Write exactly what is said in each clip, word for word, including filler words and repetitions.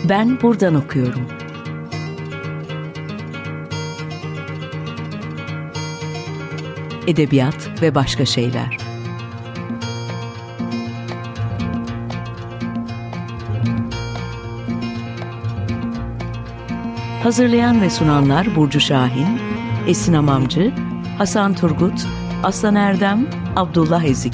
Ben buradan okuyorum. Edebiyat ve başka şeyler. Hazırlayan ve sunanlar Burcu Şahin, Esin Amamcı, Hasan Turgut, Aslan Erdem, Abdullah Ezik.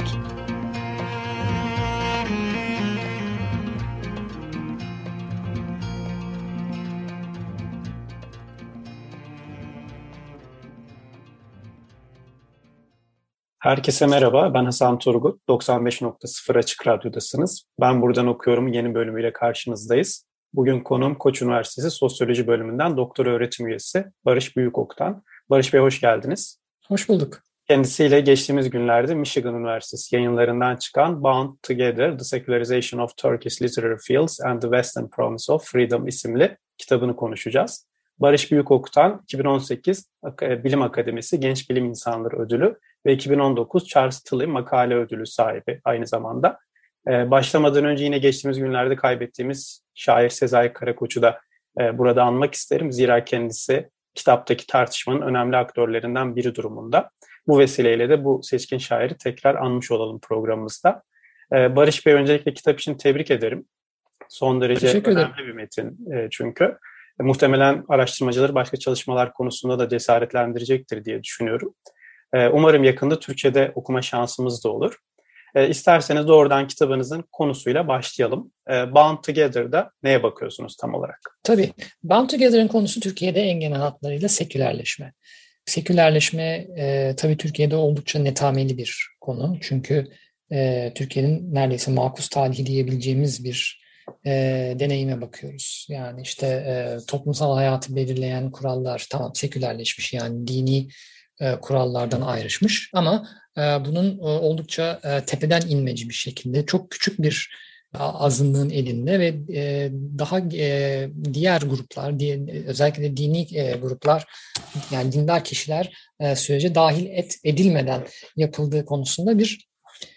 Herkese merhaba, ben Hasan Turgut. doksan beş nokta sıfır Açık Radyo'dasınız. Ben buradan okuyorum yeni bölümüyle karşınızdayız. Bugün konuğum Koç Üniversitesi Sosyoloji Bölümünden doktor öğretim üyesi Barış Büyükok'tan. Barış Bey hoş geldiniz. Hoş bulduk. Kendisiyle geçtiğimiz günlerde Michigan Üniversitesi yayınlarından çıkan Bound Together: The Secularization of Turkish Literary Fields and the Western Promise of Freedom isimli kitabını konuşacağız. Barış Büyükok'tan iki bin on sekiz Bilim Akademisi Genç Bilim İnsanları Ödülü ve iki bin on dokuz Charles Tilly Makale Ödülü sahibi aynı zamanda. Ee, başlamadan önce yine geçtiğimiz günlerde kaybettiğimiz şair Sezai Karakoç'u da e, burada anmak isterim. Zira kendisi kitaptaki tartışmanın önemli aktörlerinden biri durumunda. Bu vesileyle de bu seçkin şairi tekrar anmış olalım programımızda. Ee, Barış Bey, öncelikle kitap için tebrik ederim. Son derece önemli bir metin e, çünkü. E, muhtemelen araştırmacıları başka çalışmalar konusunda da cesaretlendirecektir diye düşünüyorum. E, umarım yakında Türkçe'de okuma şansımız da olur. E, isterseniz doğrudan kitabınızın konusuyla başlayalım. E, Bound Together'da neye bakıyorsunuz tam olarak? Tabii. Bound Together'ın konusu Türkiye'de en genel hatlarıyla sekülerleşme. Sekülerleşme e, tabii Türkiye'de oldukça netameli bir konu. Çünkü e, Türkiye'nin neredeyse makus tarihi diyebileceğimiz bir e, deneyime bakıyoruz. Yani işte e, toplumsal hayatı belirleyen kurallar tamam sekülerleşmiş, yani dini e, kurallardan ayrışmış ama e, bunun e, oldukça e, tepeden inmeci bir şekilde çok küçük bir azınlığın elinde ve e, daha e, diğer gruplar, diye, özellikle dini e, gruplar, yani dindar kişiler e, sürece dahil et, edilmeden yapıldığı konusunda bir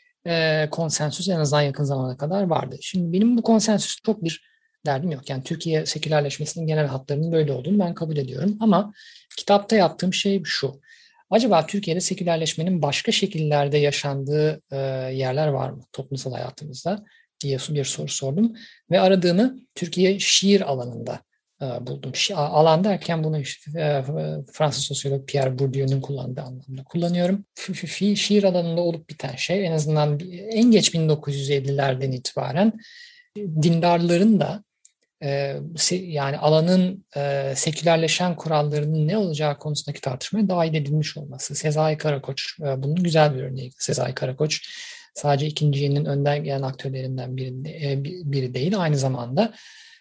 e, konsensüs en azından yakın zamana kadar vardı. Şimdi benim bu konsensüs çok bir derdim yok. Yani Türkiye sekülerleşmesinin genel hatlarının böyle olduğunu ben kabul ediyorum ama kitapta yaptığım şey şu. Acaba Türkiye'de sekülerleşmenin başka şekillerde yaşandığı e, yerler var mı toplumsal hayatımızda diye bir soru sordum. Ve aradığımı Türkiye şiir alanında e, buldum. Şi, alan derken bunu işte, e, Fransız sosyolog Pierre Bourdieu'nun kullandığı anlamda kullanıyorum. Şi, şiir alanında olup biten şey en azından en geç bin dokuz yüz ellilerden itibaren dindarların da e, yani alanın e, sekülerleşen kurallarının ne olacağı konusundaki tartışmaya dahil edilmiş olması. Sezai Karakoç e, bunun güzel bir örneği. Sezai Karakoç sadece ikinci yeninin önden gelen aktörlerinden biri, e, biri değil, aynı zamanda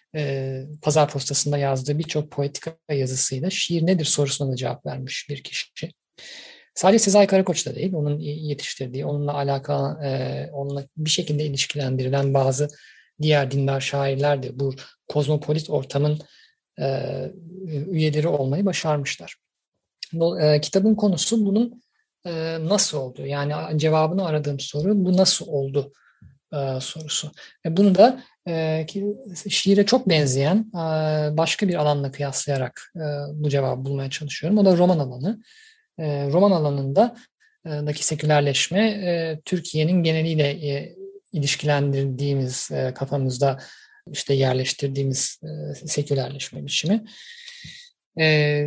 e, Pazar Postası'nda yazdığı birçok poetika yazısıyla şiir nedir sorusuna da cevap vermiş bir kişi. Sadece Sezai Karakoç da değil, onun yetiştirdiği, onunla alakalı, e, onunla bir şekilde ilişkilendirilen bazı diğer dindar şairler de bu kozmopolit ortamın e, üyeleri olmayı başarmışlar. Bu, e, kitabın konusu bunun e, nasıl oldu? Yani cevabını aradığım soru bu nasıl oldu e, sorusu. E, bunu da e, şiire çok benzeyen e, başka bir alanla kıyaslayarak e, bu cevabı bulmaya çalışıyorum. O da roman alanı. E, roman alanında e, daki sekülerleşme e, Türkiye'nin geneliyle e, ilişkilendirdiğimiz, e, kafamızda işte yerleştirdiğimiz e, sekülerleşme biçimi. E,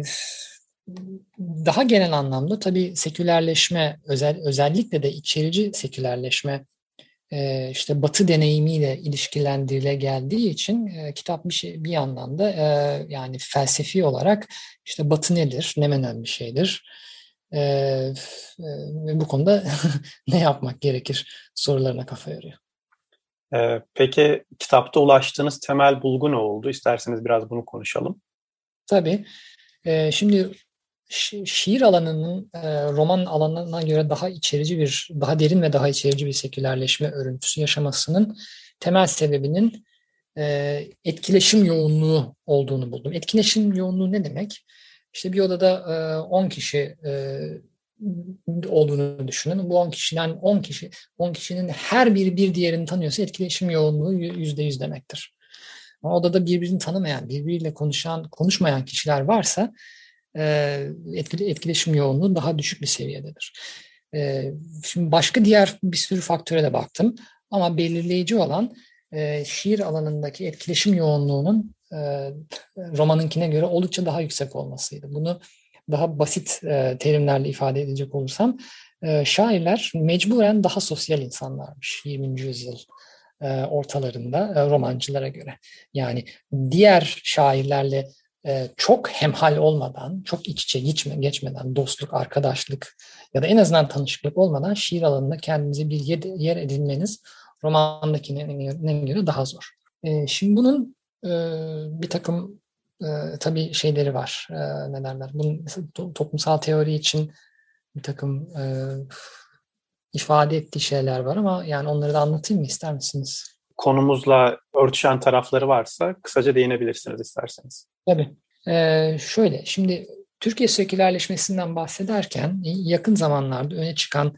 daha genel anlamda tabii sekülerleşme, özel, özellikle de içerici sekülerleşme e, işte Batı deneyimiyle ilişkilendirile geldiği için e, kitap bir şey bir yandan da e, yani felsefi olarak işte Batı nedir, ne menen bir şeydir. E, e, bu konuda ne yapmak gerekir sorularına kafa yoruyor. Ee, peki kitapta ulaştığınız temel bulgu ne oldu? İsterseniz biraz bunu konuşalım. Tabii. Ee, şimdi şi- şiir alanının e, roman alanına göre daha içerici bir, daha derin ve daha içerici bir sekülerleşme örüntüsü yaşamasının temel sebebinin e, etkileşim yoğunluğu olduğunu buldum. Etkileşim yoğunluğu ne demek? İşte bir odada e, on kişi e, olduğunu düşünün. Bu on kişiden on kişi, on kişinin her biri bir diğerini tanıyorsa etkileşim yoğunluğu yüzde yüz demektir. Ama odada birbirini tanımayan, birbiriyle konuşan, konuşmayan kişiler varsa e, etkili, etkileşim yoğunluğu daha düşük bir seviyededir. E, şimdi başka diğer bir sürü faktöre de baktım. Ama belirleyici olan e, şiir alanındaki etkileşim yoğunluğunun e, romanınkine göre oldukça daha yüksek olmasıydı. Bunu daha basit e, terimlerle ifade edecek olursam, e, şairler mecburen daha sosyal insanlarmış yirminci yüzyıl e, ortalarında e, romancılara göre. Yani diğer şairlerle e, çok hemhal olmadan, çok iç içe geçme, geçmeden, dostluk, arkadaşlık ya da en azından tanışıklık olmadan şiir alanında kendinize bir yer, yer edinmeniz romandakine göre daha zor. E, şimdi bunun e, bir takım e, tabii şeyleri var. E, ne derler? Bunun to- toplumsal teori için bir takım e, ifade ettiği şeyler var ama yani onları da anlatayım mı, ister misiniz? Konumuzla örtüşen tarafları varsa kısaca değinebilirsiniz isterseniz. Tabii. E, şöyle, şimdi Türkiye sekülerleşmesinden bahsederken yakın zamanlarda öne çıkan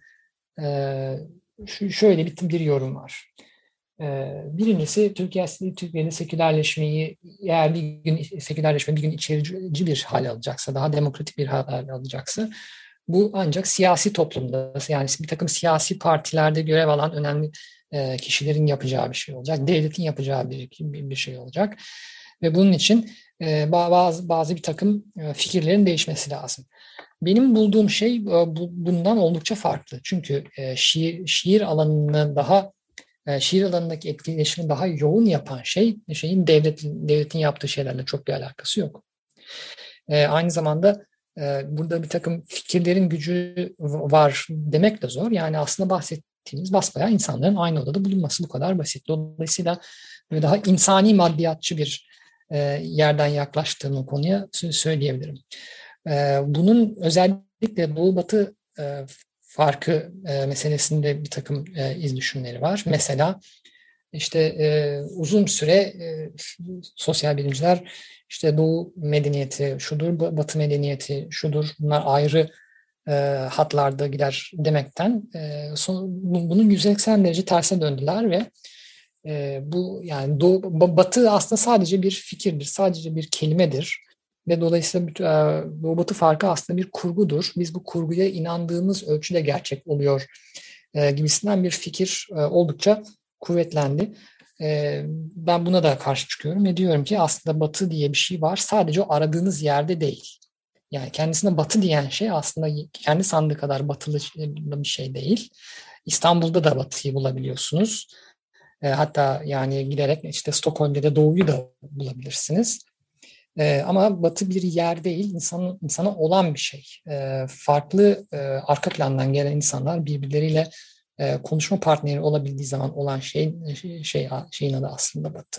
e, şöyle bir, bir yorum var. Birincisi, Türkiye, Türkiye'de sekülerleşmeyi, eğer bir gün sekülerleşme bir gün içerici bir hal alacaksa, daha demokratik bir hal alacaksa, bu ancak siyasi toplumda, yani bir takım siyasi partilerde görev alan önemli kişilerin yapacağı bir şey olacak, devletin yapacağı bir, bir şey olacak ve bunun için bazı bazı bir takım fikirlerin değişmesi lazım. Benim bulduğum şey bundan oldukça farklı. Çünkü şiir, şiir alanını daha şiir alanındaki etkileşimi daha yoğun yapan şey, şeyin devletin, devletin yaptığı şeylerle çok bir alakası yok. E, aynı zamanda e, burada bir takım fikirlerin gücü var demek de zor. Yani aslında bahsettiğimiz basbayağı insanların aynı odada bulunması, bu kadar basit. Dolayısıyla daha insani maddiyatçı bir e, yerden yaklaştığım konuya söyleyebilirim. E, bunun özellikle Doğu Batı e, farkı e, meselesinde bir takım e, iz düşümleri var. Mesela işte e, uzun süre e, sosyal bilimciler işte Doğu medeniyeti şudur, Batı medeniyeti şudur, bunlar ayrı e, hatlarda gider demekten e, son, bunun yüz seksen derece terse döndüler ve e, bu yani Doğu, Batı aslında sadece bir fikirdir, sadece bir kelimedir. Ve dolayısıyla Doğu Batı farkı aslında bir kurgudur. Biz bu kurguya inandığımız ölçüde gerçek oluyor e, gibisinden bir fikir e, oldukça kuvvetlendi. E, ben buna da karşı çıkıyorum ve diyorum ki aslında Batı diye bir şey var. Sadece o aradığınız yerde değil. Yani kendisine Batı diyen şey aslında kendi sandığı kadar batılı bir şey değil. İstanbul'da da Batı'yı bulabiliyorsunuz. E, hatta yani giderek işte Stockholm'da da Doğu'yu da bulabilirsiniz. Ee, ama Batı bir yer değil, insanın, insana olan bir şey. Ee, farklı e, arka plandan gelen insanlar birbirleriyle e, konuşma partneri olabildiği zaman olan şey, şey şeyin adı aslında Batı.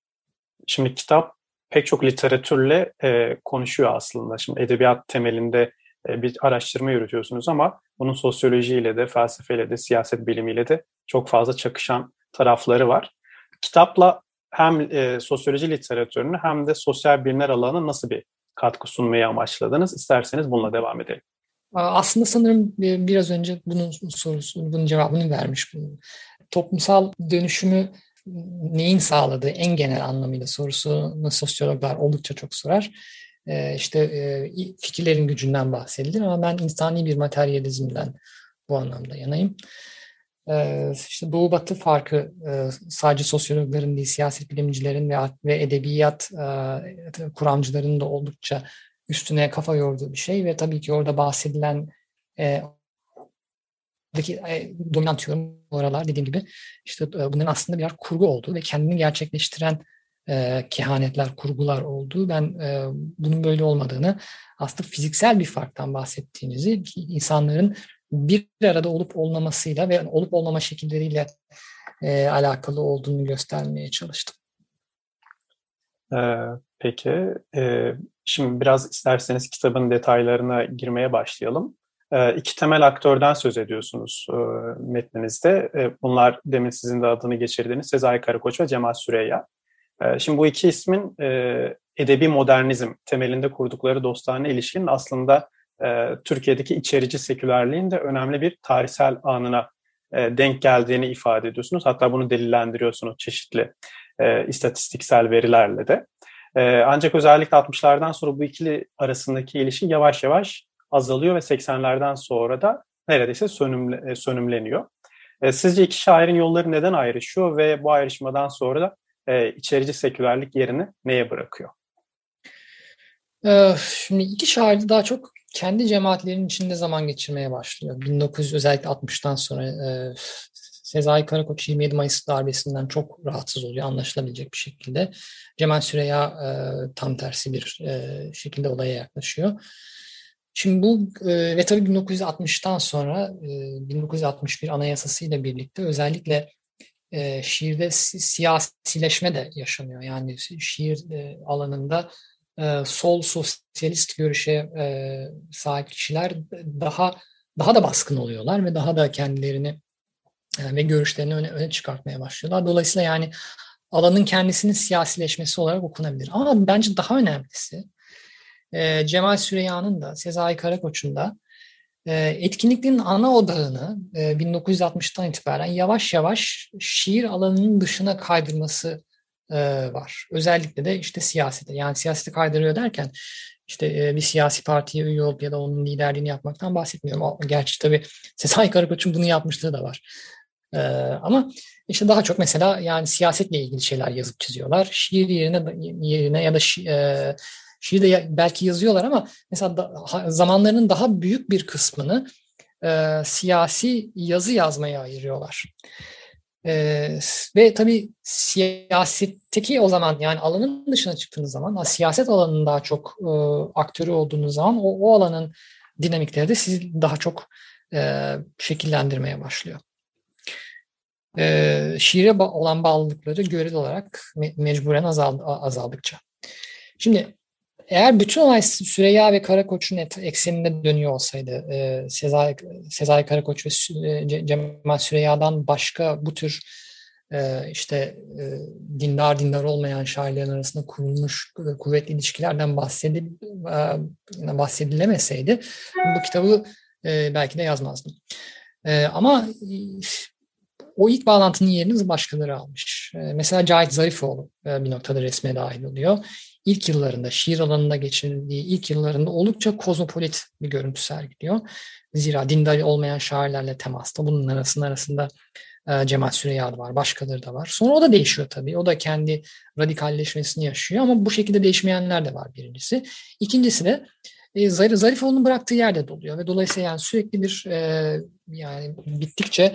Şimdi kitap pek çok literatürle e, konuşuyor aslında. Şimdi edebiyat temelinde e, bir araştırma yürütüyorsunuz ama bunun sosyolojiyle de, felsefeyle de, siyaset bilimiyle de çok fazla çakışan tarafları var. Kitapla hem e, sosyoloji literatürünü hem de sosyal bilimler alanına nasıl bir katkı sunmayı amaçladınız? İsterseniz bununla devam edelim. Aslında sanırım biraz önce bunun sorusu, bunun cevabını vermiş. Toplumsal dönüşümü neyin sağladığı en genel anlamıyla sorusunu sosyologlar oldukça çok sorar. Ee, işte e, fikirlerin gücünden bahsedilir ama ben insani bir materyalizmden bu anlamda yanayım. Ee, işte Doğu Batı farkı e, sadece sosyologların değil, siyaset bilimcilerin ve, ve edebiyat e, kuramcıların da oldukça üstüne kafa yorduğu bir şey ve tabii ki orada bahsedilen e, e, dominant yorum oralar dediğim gibi işte e, bunların aslında birer kurgu olduğu ve kendini gerçekleştiren e, kehanetler, kurgular olduğu, ben e, bunun böyle olmadığını, aslında fiziksel bir farktan bahsettiğinizi, insanların bir arada olup olmamasıyla ve olup olmama şekilleriyle e, alakalı olduğunu göstermeye çalıştım. Ee, peki, ee, şimdi biraz isterseniz kitabın detaylarına girmeye başlayalım. Ee, iki temel aktörden söz ediyorsunuz e, metninizde. E, bunlar demin sizin de adını geçirdiğiniz Sezai Karakoç ve Cemal Süreyya. E, şimdi bu iki ismin e, edebi modernizm temelinde kurdukları dostane ilişkinin aslında e, Türkiye'deki içerici sekülerliğin de önemli bir tarihsel anına e, denk geldiğini ifade ediyorsunuz. Hatta bunu delillendiriyorsunuz çeşitli e, istatistiksel verilerle de. E, ancak özellikle altmışlardan sonra bu ikili arasındaki ilişki yavaş yavaş azalıyor ve seksenlerden sonra da neredeyse sönümle, sönümleniyor. E, sizce iki şairin yolları neden ayrışıyor ve bu ayrışmadan sonra da e, içerici sekülerlik yerini neye bırakıyor? Ee, şimdi iki şair daha çok kendi cemaatlerinin içinde zaman geçirmeye başlıyor. bin dokuz yüz özellikle altmıştan sonra e, Sezai Karakoç yirmi yedi Mayıs darbesinden çok rahatsız oluyor anlaşılabilecek bir şekilde. Cemal Süreya e, tam tersi bir e, şekilde olaya yaklaşıyor. Şimdi bu e, ve tabii bin dokuz yüz altmıştan sonra e, bin dokuz yüz altmış bir Anayasası ile birlikte özellikle e, şiirde si- siyasileşme de yaşanıyor. Yani şiir e, alanında e, sol sosyalist görüşe e, sahip kişiler daha daha da baskın oluyorlar ve daha da kendilerini e, ve görüşlerini öne, öne çıkartmaya başlıyorlar. Dolayısıyla yani alanın kendisinin siyasileşmesi olarak okunabilir. Ama bence daha önemlisi e, Cemal Süreya'nın da Sezai Karakoç'un da e, etkinliklerin ana odağını e, bin dokuz yüz altmıştan itibaren yavaş yavaş şiir alanının dışına kaydırması e, var. Özellikle de işte siyasete. Yani siyasete kaydırıyor derken işte e, bir siyasi partiye üye olup ya da onun liderliğini yapmaktan bahsetmiyorum. O, gerçi tabii Sezai Karakoç'un bunu yapmışlığı da var. E, ama işte daha çok mesela yani siyasetle ilgili şeyler yazıp çiziyorlar. Şiir yerine yerine ya da şi, e, şiir de belki yazıyorlar ama mesela da, zamanlarının daha büyük bir kısmını e, siyasi yazı yazmaya ayırıyorlar. E, ve tabii siyasetteki o zaman yani alanın dışına çıktığınız zaman siyaset alanının daha çok e, aktörü olduğunuz zaman o, o alanın dinamikleri de sizi daha çok e, şekillendirmeye başlıyor. E, şiire ba- olan bağlılıkları göreli olarak me- mecburen azaldı, azaldıkça. Şimdi eğer bütün olay Süreyya ve Karakoç'un ekseninde dönüyor olsaydı, e, Sezai, Sezai Karakoç ve e, Cemal Süreyya'dan başka bu tür e, işte e, dindar dindar olmayan şairlerin arasında kurulmuş e, kuvvetli ilişkilerden bahsedil, e, bahsedilemeseydi bu kitabı e, belki de yazmazdım. E, ama e, o ilk bağlantının yerini başkaları almış. E, mesela Cahit Zarifoğlu e, bir noktada resme dahil oluyor. İlk yıllarında, şiir alanında geçirildiği ilk yıllarında oldukça kozmopolit bir görüntü sergiliyor. Zira dindar olmayan şairlerle temasta. Bunun arasında arasında e, Cemal Süreya var, başkaları da var. Sonra o da değişiyor tabii. O da kendi radikalleşmesini yaşıyor ama bu şekilde değişmeyenler de var birincisi. İkincisi de e, Zarifoğlu'nun bıraktığı yerde doluyor ve dolayısıyla yani sürekli bir e, yani bittikçe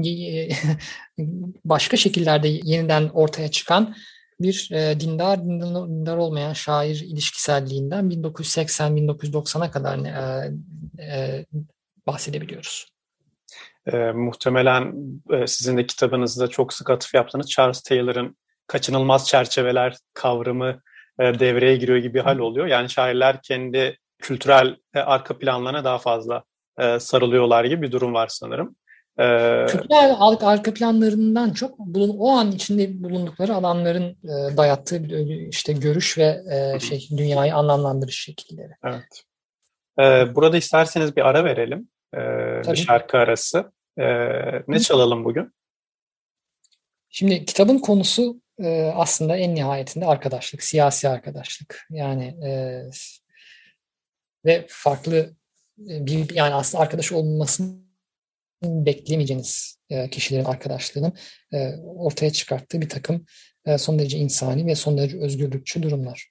başka şekillerde yeniden ortaya çıkan bir e, dindar, dindar dindar olmayan şair ilişkiselliğinden bin dokuz yüz seksen bin dokuz yüz doksana kadar e, e, bahsedebiliyoruz. E, muhtemelen e, sizin de kitabınızda çok sık atıf yaptığınız Charles Taylor'ın kaçınılmaz çerçeveler kavramı e, devreye giriyor gibi bir hal oluyor. Yani şairler kendi kültürel e, arka planlarına daha fazla e, sarılıyorlar gibi bir durum var sanırım. Kültürel arka planlarından çok bulun, o an içinde bulundukları alanların e, dayattığı bir işte görüş ve e, şey dünyayı anlamlandırış şekilleri. Evet. Ee, burada isterseniz bir ara verelim. Ee, bir şarkı arası. Ee, ne çalalım bugün? Şimdi kitabın konusu e, aslında en nihayetinde arkadaşlık, siyasi arkadaşlık. Yani e, ve farklı bir yani aslında arkadaş olmasını bekleyemeyeceğiniz e, kişilerin arkadaşlığının e, ortaya çıkarttığı bir takım e, son derece insani ve son derece özgürlükçü durumlar.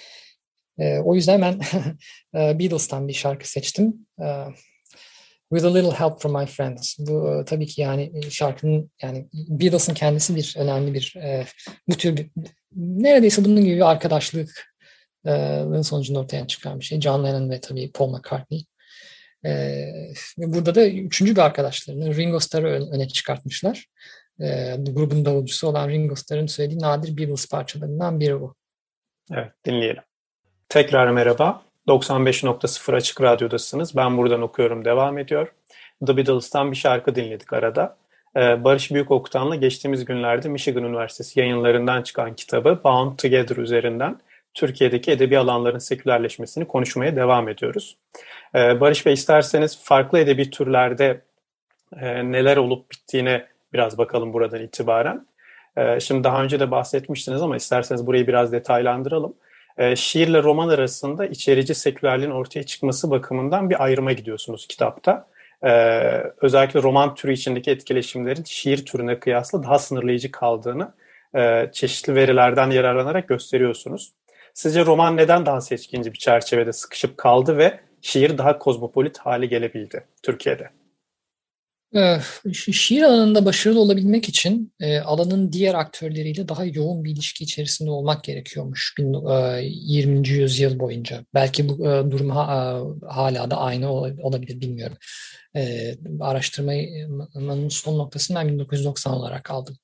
E, o yüzden ben e, Beatles'tan bir şarkı seçtim. E, With a Little Help from My Friends. Bu e, tabii ki yani şarkının yani Beatles'ın kendisi bir önemli bir e, bu tür bir neredeyse bunun gibi bir arkadaşlığın sonucunda ortaya çıkan bir şey. John Lennon ve tabii Paul McCartney. Ee, burada da üçüncü bir arkadaşlarını Ringo Starr'ı öne çıkartmışlar. Ee, grubun davulcusu olan Ringo Starr'ın söylediği nadir Beatles parçalarından biri bu. Evet, dinleyelim. Tekrar merhaba. doksan beş nokta sıfır Açık Radyo'dasınız. Ben buradan okuyorum devam ediyor. The Beatles'tan bir şarkı dinledik arada. Ee, Barış Büyükoktan'la geçtiğimiz günlerde Michigan Üniversitesi yayınlarından çıkan kitabı Bound Together üzerinden Türkiye'deki edebi alanların sekülerleşmesini konuşmaya devam ediyoruz. Ee, Barış Bey, isterseniz farklı edebi türlerde e, neler olup bittiğine biraz bakalım buradan itibaren. E, şimdi daha önce de bahsetmiştiniz ama isterseniz burayı biraz detaylandıralım. E, şiirle roman arasında içerici sekülerliğin ortaya çıkması bakımından bir ayrıma gidiyorsunuz kitapta. Ee, özellikle roman türü içindeki etkileşimlerin şiir türüne kıyasla daha sınırlayıcı kaldığını e, çeşitli verilerden yararlanarak gösteriyorsunuz. Sizce roman neden daha seçkinci bir çerçevede sıkışıp kaldı ve şiir daha kozmopolit hale gelebildi Türkiye'de? Ee, şi- Şiir alanında başarılı olabilmek için e, alanın diğer aktörleriyle daha yoğun bir ilişki içerisinde olmak gerekiyormuş bin- e, yirminci yüzyıl boyunca. Belki bu e, durum ha- e, hala da aynı ol- olabilir, bilmiyorum. E, araştırmanın son noktasını ben bin dokuz yüz doksan olarak aldım.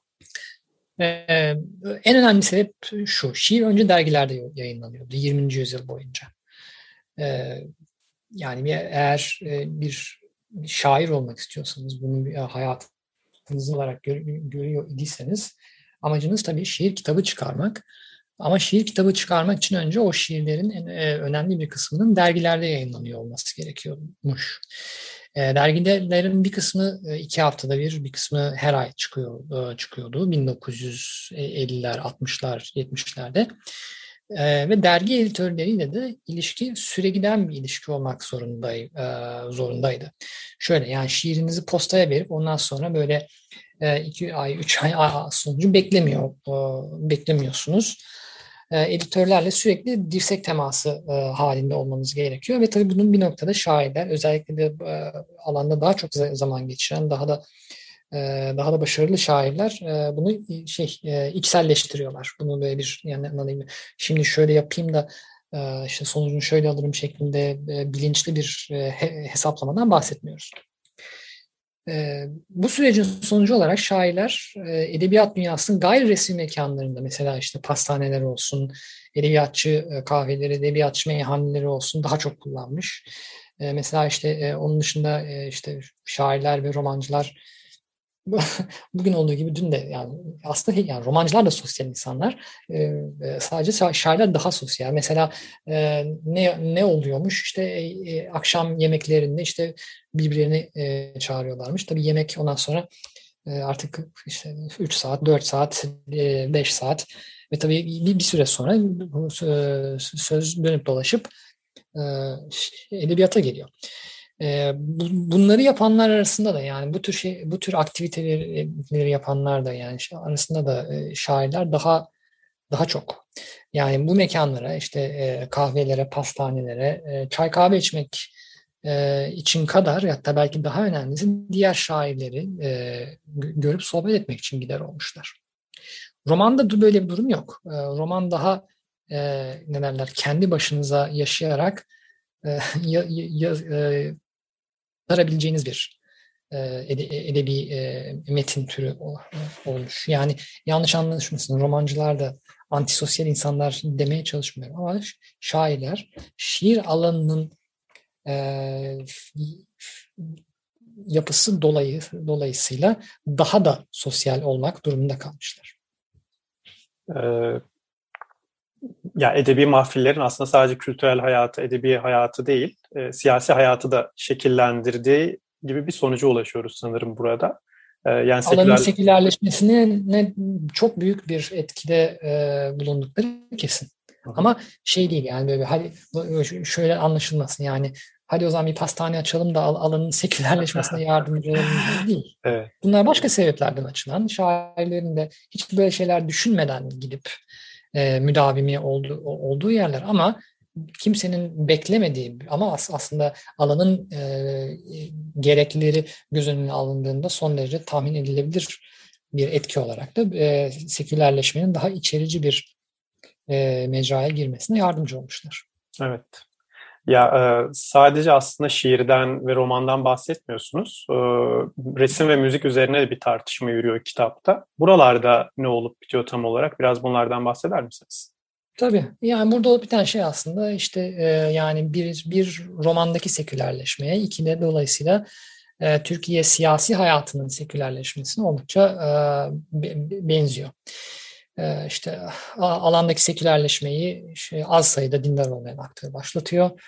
E, En önemli sebep şu: şiir önce dergilerde yayınlanıyordu yirminci yüzyıl boyunca. E, Yani bir, eğer e, bir şair olmak istiyorsanız, bunu bir hayatınız olarak gör, görüyor idiyseniz, amacınız tabii şiir kitabı çıkarmak. Ama şiir kitabı çıkarmak için önce o şiirlerin en e, önemli bir kısmının dergilerde yayınlanıyor olması gerekiyormuş. E, dergilerin bir kısmı e, iki haftada bir, bir kısmı her ay çıkıyor e, çıkıyordu bin dokuz yüz elliler, altmışlar, yetmişlerde. Ee, ve dergi editörleriyle de ilişki süregiden bir ilişki olmak zorunday, e, zorundaydı. Şöyle, yani şiirinizi postaya verip ondan sonra böyle e, iki ay, üç ay a- sonucu beklemiyor, e, beklemiyorsunuz. E, editörlerle sürekli dirsek teması e, halinde olmanız gerekiyor ve tabii bunun bir noktada şairler, özellikle de e, alanda daha çok zaman geçiren, daha da ee, daha da başarılı şairler e, bunu şey e, içselleştiriyorlar. Bunu böyle bir, yani anlayayım, şimdi şöyle yapayım da e, işte sonucunu şöyle alırım şeklinde e, bilinçli bir e, hesaplamadan bahsetmiyoruz. E, bu sürecin sonucu olarak şairler e, edebiyat dünyasının gayri resmi mekanlarında, mesela işte pastaneler olsun, edebiyatçı e, kahveleri, edebiyatçı meyhaneleri olsun, daha çok kullanmış. E, mesela işte e, onun dışında e, işte şairler ve romancılar bugün olduğu gibi dün de, yani aslında yani romancılar da sosyal insanlar. Ee, sadece şairler daha sosyal. Mesela e, ne ne oluyormuş? İşte e, e, akşam yemeklerinde işte birbirlerini e, çağırıyorlarmış. Tabii yemek ondan sonra e, artık işte üç saat, dört saat, e, beş saat ve tabii bir, bir süre sonra e, söz dönüp dolaşıp e, edebiyata geliyor. E, bu, bunları yapanlar arasında da, yani bu tür şey, bu tür aktiviteleri yapanlar da, yani şey arasında da e, şairler daha daha çok. Yani bu mekanlara, işte e, kahvelere, pastanelere, e, çay kahve içmek e, için kadar, hatta belki daha önemlisi, diğer şairleri e, görüp sohbet etmek için gider olmuşlar. Romanda böyle bir durum yok. E, roman daha e, ne derler, kendi başınıza yaşayarak e, ya, ya, e, yazarabileceğiniz bir e, ede- edebi e, metin türü ol- olmuş. Yani yanlış anlaşılmasın, romancılar da antisosyal insanlar demeye çalışmıyorum ama ş- şairler şiir alanının e, yapısı dolayı dolayısıyla daha da sosyal olmak durumunda kalmışlar. Ee, Ya edebi mahfillerin aslında sadece kültürel hayatı, edebi hayatı değil, e, siyasi hayatı da şekillendirdiği gibi bir sonuca ulaşıyoruz sanırım burada. E, yani Alanın seküler... sekülerleşmesine ne çok büyük bir etkide e, bulundukları kesin. Hı hı. Ama şey değil, yani böyle hadi şöyle anlaşılmasın, yani hadi o zaman bir pastane açalım da al- alanın sekülerleşmesine yardımcı olalım gibi değil. Evet. Bunlar başka sebeplerden açılan, şairlerin de hiç böyle şeyler düşünmeden gidip e, müdavimi olduğu, olduğu yerler, ama kimsenin beklemediği, ama as- aslında alanın e, gereklileri göz önüne alındığında son derece tahmin edilebilir bir etki olarak da e, sekülerleşmenin daha içerici bir e, mecraya girmesine yardımcı olmuşlar. Evet. Ya e, sadece aslında şiirden ve romandan bahsetmiyorsunuz. E, resim ve müzik üzerine de bir tartışma yürüyor kitapta. Buralarda ne olup bitiyor tam olarak? Biraz bunlardan bahseder misiniz? Tabii, yani burada olup biten şey aslında işte e, yani bir, bir romandaki sekülerleşmeye, iki de dolayısıyla e, Türkiye siyasi hayatının sekülerleşmesine oldukça e, be- benziyor. E, işte a- alandaki sekülerleşmeyi şey, az sayıda dindar olmayan aktör başlatıyor.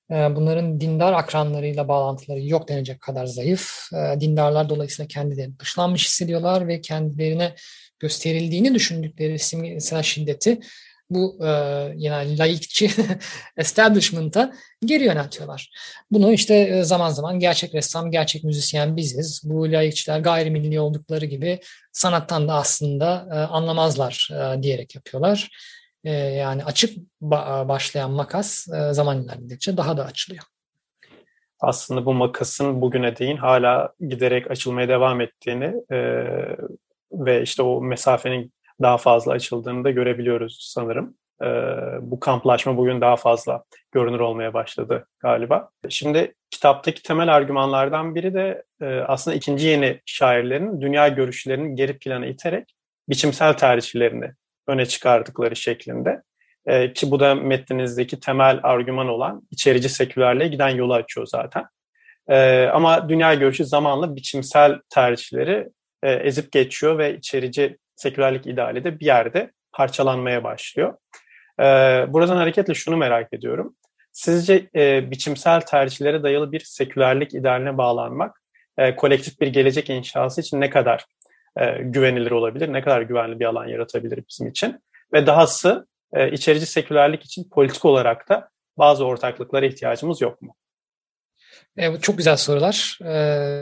Bunların dindar akranlarıyla bağlantıları yok denecek kadar zayıf. Dindarlar dolayısıyla kendilerini dışlanmış hissediyorlar ve kendilerine gösterildiğini düşündükleri simgesel şiddeti bu yani laikçi establishment'a geri yöneltiyorlar. Bunu işte zaman zaman gerçek ressam, gerçek müzisyen biziz. Bu laikçiler gayrimilli oldukları gibi sanattan da aslında anlamazlar diyerek yapıyorlar. Yani açık başlayan makas zaman ilerledikçe daha da açılıyor. Aslında bu makasın bugüne değin hala giderek açılmaya devam ettiğini e, ve işte o mesafenin daha fazla açıldığını da görebiliyoruz sanırım. E, bu kamplaşma bugün daha fazla görünür olmaya başladı galiba. Şimdi kitaptaki temel argümanlardan biri de e, aslında ikinci yeni şairlerin dünya görüşlerini geri plana iterek biçimsel tercihlerini öne çıkardıkları şeklinde. Ee, ki bu da metninizdeki temel argüman olan içerici sekülerliğe giden yolu açıyor zaten. Ee, ama dünya görüşü zamanla biçimsel tercihleri e, ezip geçiyor ve içerici sekülerlik ideali de bir yerde parçalanmaya başlıyor. Ee, buradan hareketle şunu merak ediyorum. Sizce e, biçimsel tercihlere dayalı bir sekülerlik idealine bağlanmak e, kolektif bir gelecek inşası için ne kadar e, güvenilir olabilir, ne kadar güvenli bir alan yaratabilir bizim için? Ve dahası e, içerici sekülerlik için politik olarak da bazı ortaklıklara ihtiyacımız yok mu? E, çok güzel sorular. E,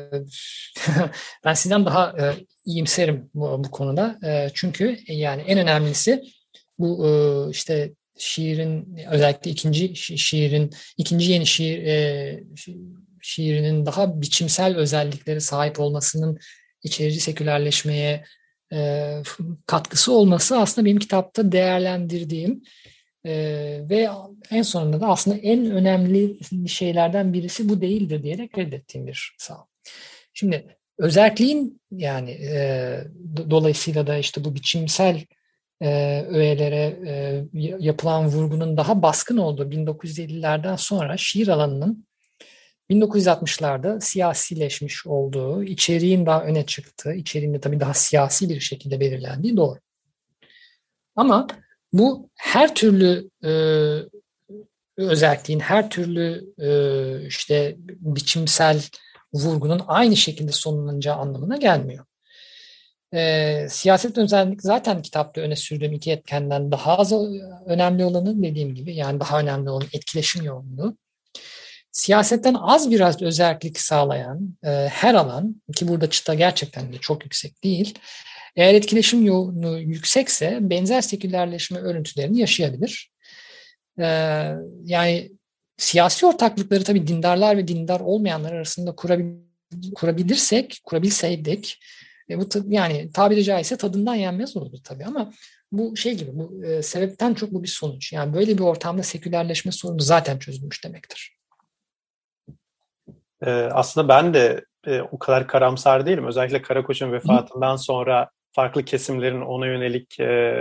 ben sizden daha e, iyimserim bu, bu konuda. E, çünkü yani en önemlisi bu e, işte şiirin, özellikle ikinci şi- şiirin, ikinci yeni şiir e, şi- şiirinin daha biçimsel özelliklere sahip olmasının içerici sekülerleşmeye e, katkısı olması aslında benim kitapta değerlendirdiğim Ee, ve en sonunda da aslında en önemli şeylerden birisi bu değildir diyerek reddettiğim bir saha. Şimdi özerkliğin yani e, dolayısıyla da işte bu biçimsel e, öğelere e, yapılan vurgunun daha baskın olduğu bin dokuz yüz ellilerden sonra şiir alanının bin dokuz yüz altmışlarda siyasileşmiş olduğu, içeriğin daha öne çıktığı, içeriğinde tabii daha siyasi bir şekilde belirlendiği doğru. Ama bu her türlü e, özelliğin, her türlü e, işte biçimsel vurgunun aynı şekilde sonlanacağı anlamına gelmiyor. E, siyaset özellik zaten kitapta öne sürdüğüm iki etkenden daha az önemli olanı dediğim gibi yani daha önemli olan etkileşim yoğunluğu. Siyasetten az biraz özellik sağlayan e, her alan ki burada çıta gerçekten de çok yüksek değil. Eğer etkileşim yoğunluğu yüksekse benzer sekülerleşme örüntülerini yaşayabilir. Ee, yani siyasi ortaklıkları tabii dindarlar ve dindar olmayanlar arasında kurabil, kurabilirsek, kurabilseydik e, bu yani tabiri caizse tadından yenmez olurdu tabii ama bu şey gibi bu e, sebepten çok bu bir sonuç. Yani böyle bir ortamda sekülerleşme sorunu zaten çözülmüş demektir. Ee, aslında ben de e, o kadar karamsar değilim. Özellikle Karakoç'un vefatından Hı. sonra farklı kesimlerin ona yönelik e,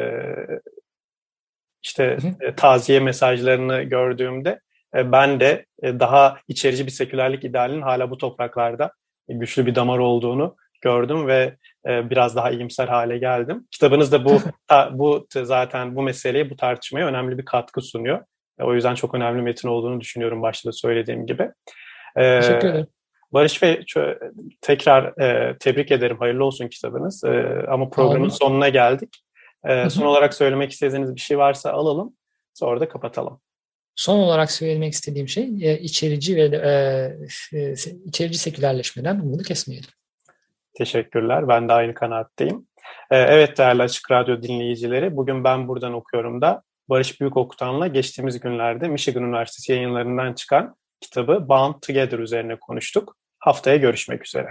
işte e, taziye mesajlarını gördüğümde e, ben de e, daha içerici bir sekülerlik idealinin hala bu topraklarda e, güçlü bir damar olduğunu gördüm ve e, biraz daha iyimser hale geldim. Kitabınız da bu ta, bu zaten bu meseleye, bu tartışmaya önemli bir katkı sunuyor. E, o yüzden çok önemli metin olduğunu düşünüyorum başta da söylediğim gibi. E, Teşekkür ederim. Barış Bey tekrar e, tebrik ederim. Hayırlı olsun kitabınız. E, ama programın sonuna geldik. E, son olarak söylemek istediğiniz bir şey varsa alalım. Sonra da kapatalım. Son olarak söylemek istediğim şey e, içerici ve e, e, içerici sekülerleşmeden umudu kesmeyelim. Teşekkürler. Ben de aynı kanaatteyim. E, evet değerli Açık Radyo dinleyicileri. Bugün Ben Buradan Okuyorum da Barış Büyükokutan'la geçtiğimiz günlerde Michigan Üniversitesi yayınlarından çıkan kitabı Bound Together üzerine konuştuk. Haftaya görüşmek üzere.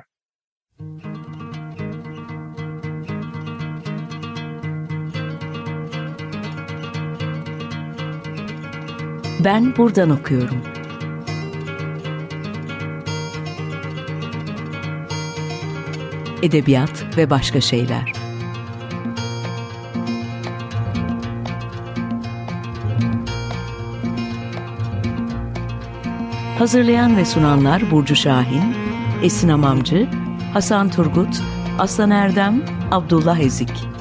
Ben buradan okuyorum. Edebiyat ve başka şeyler. Hazırlayan ve sunanlar Burcu Şahin, Esin Amamcı, Hasan Turgut, Aslan Erdem, Abdullah Ezik.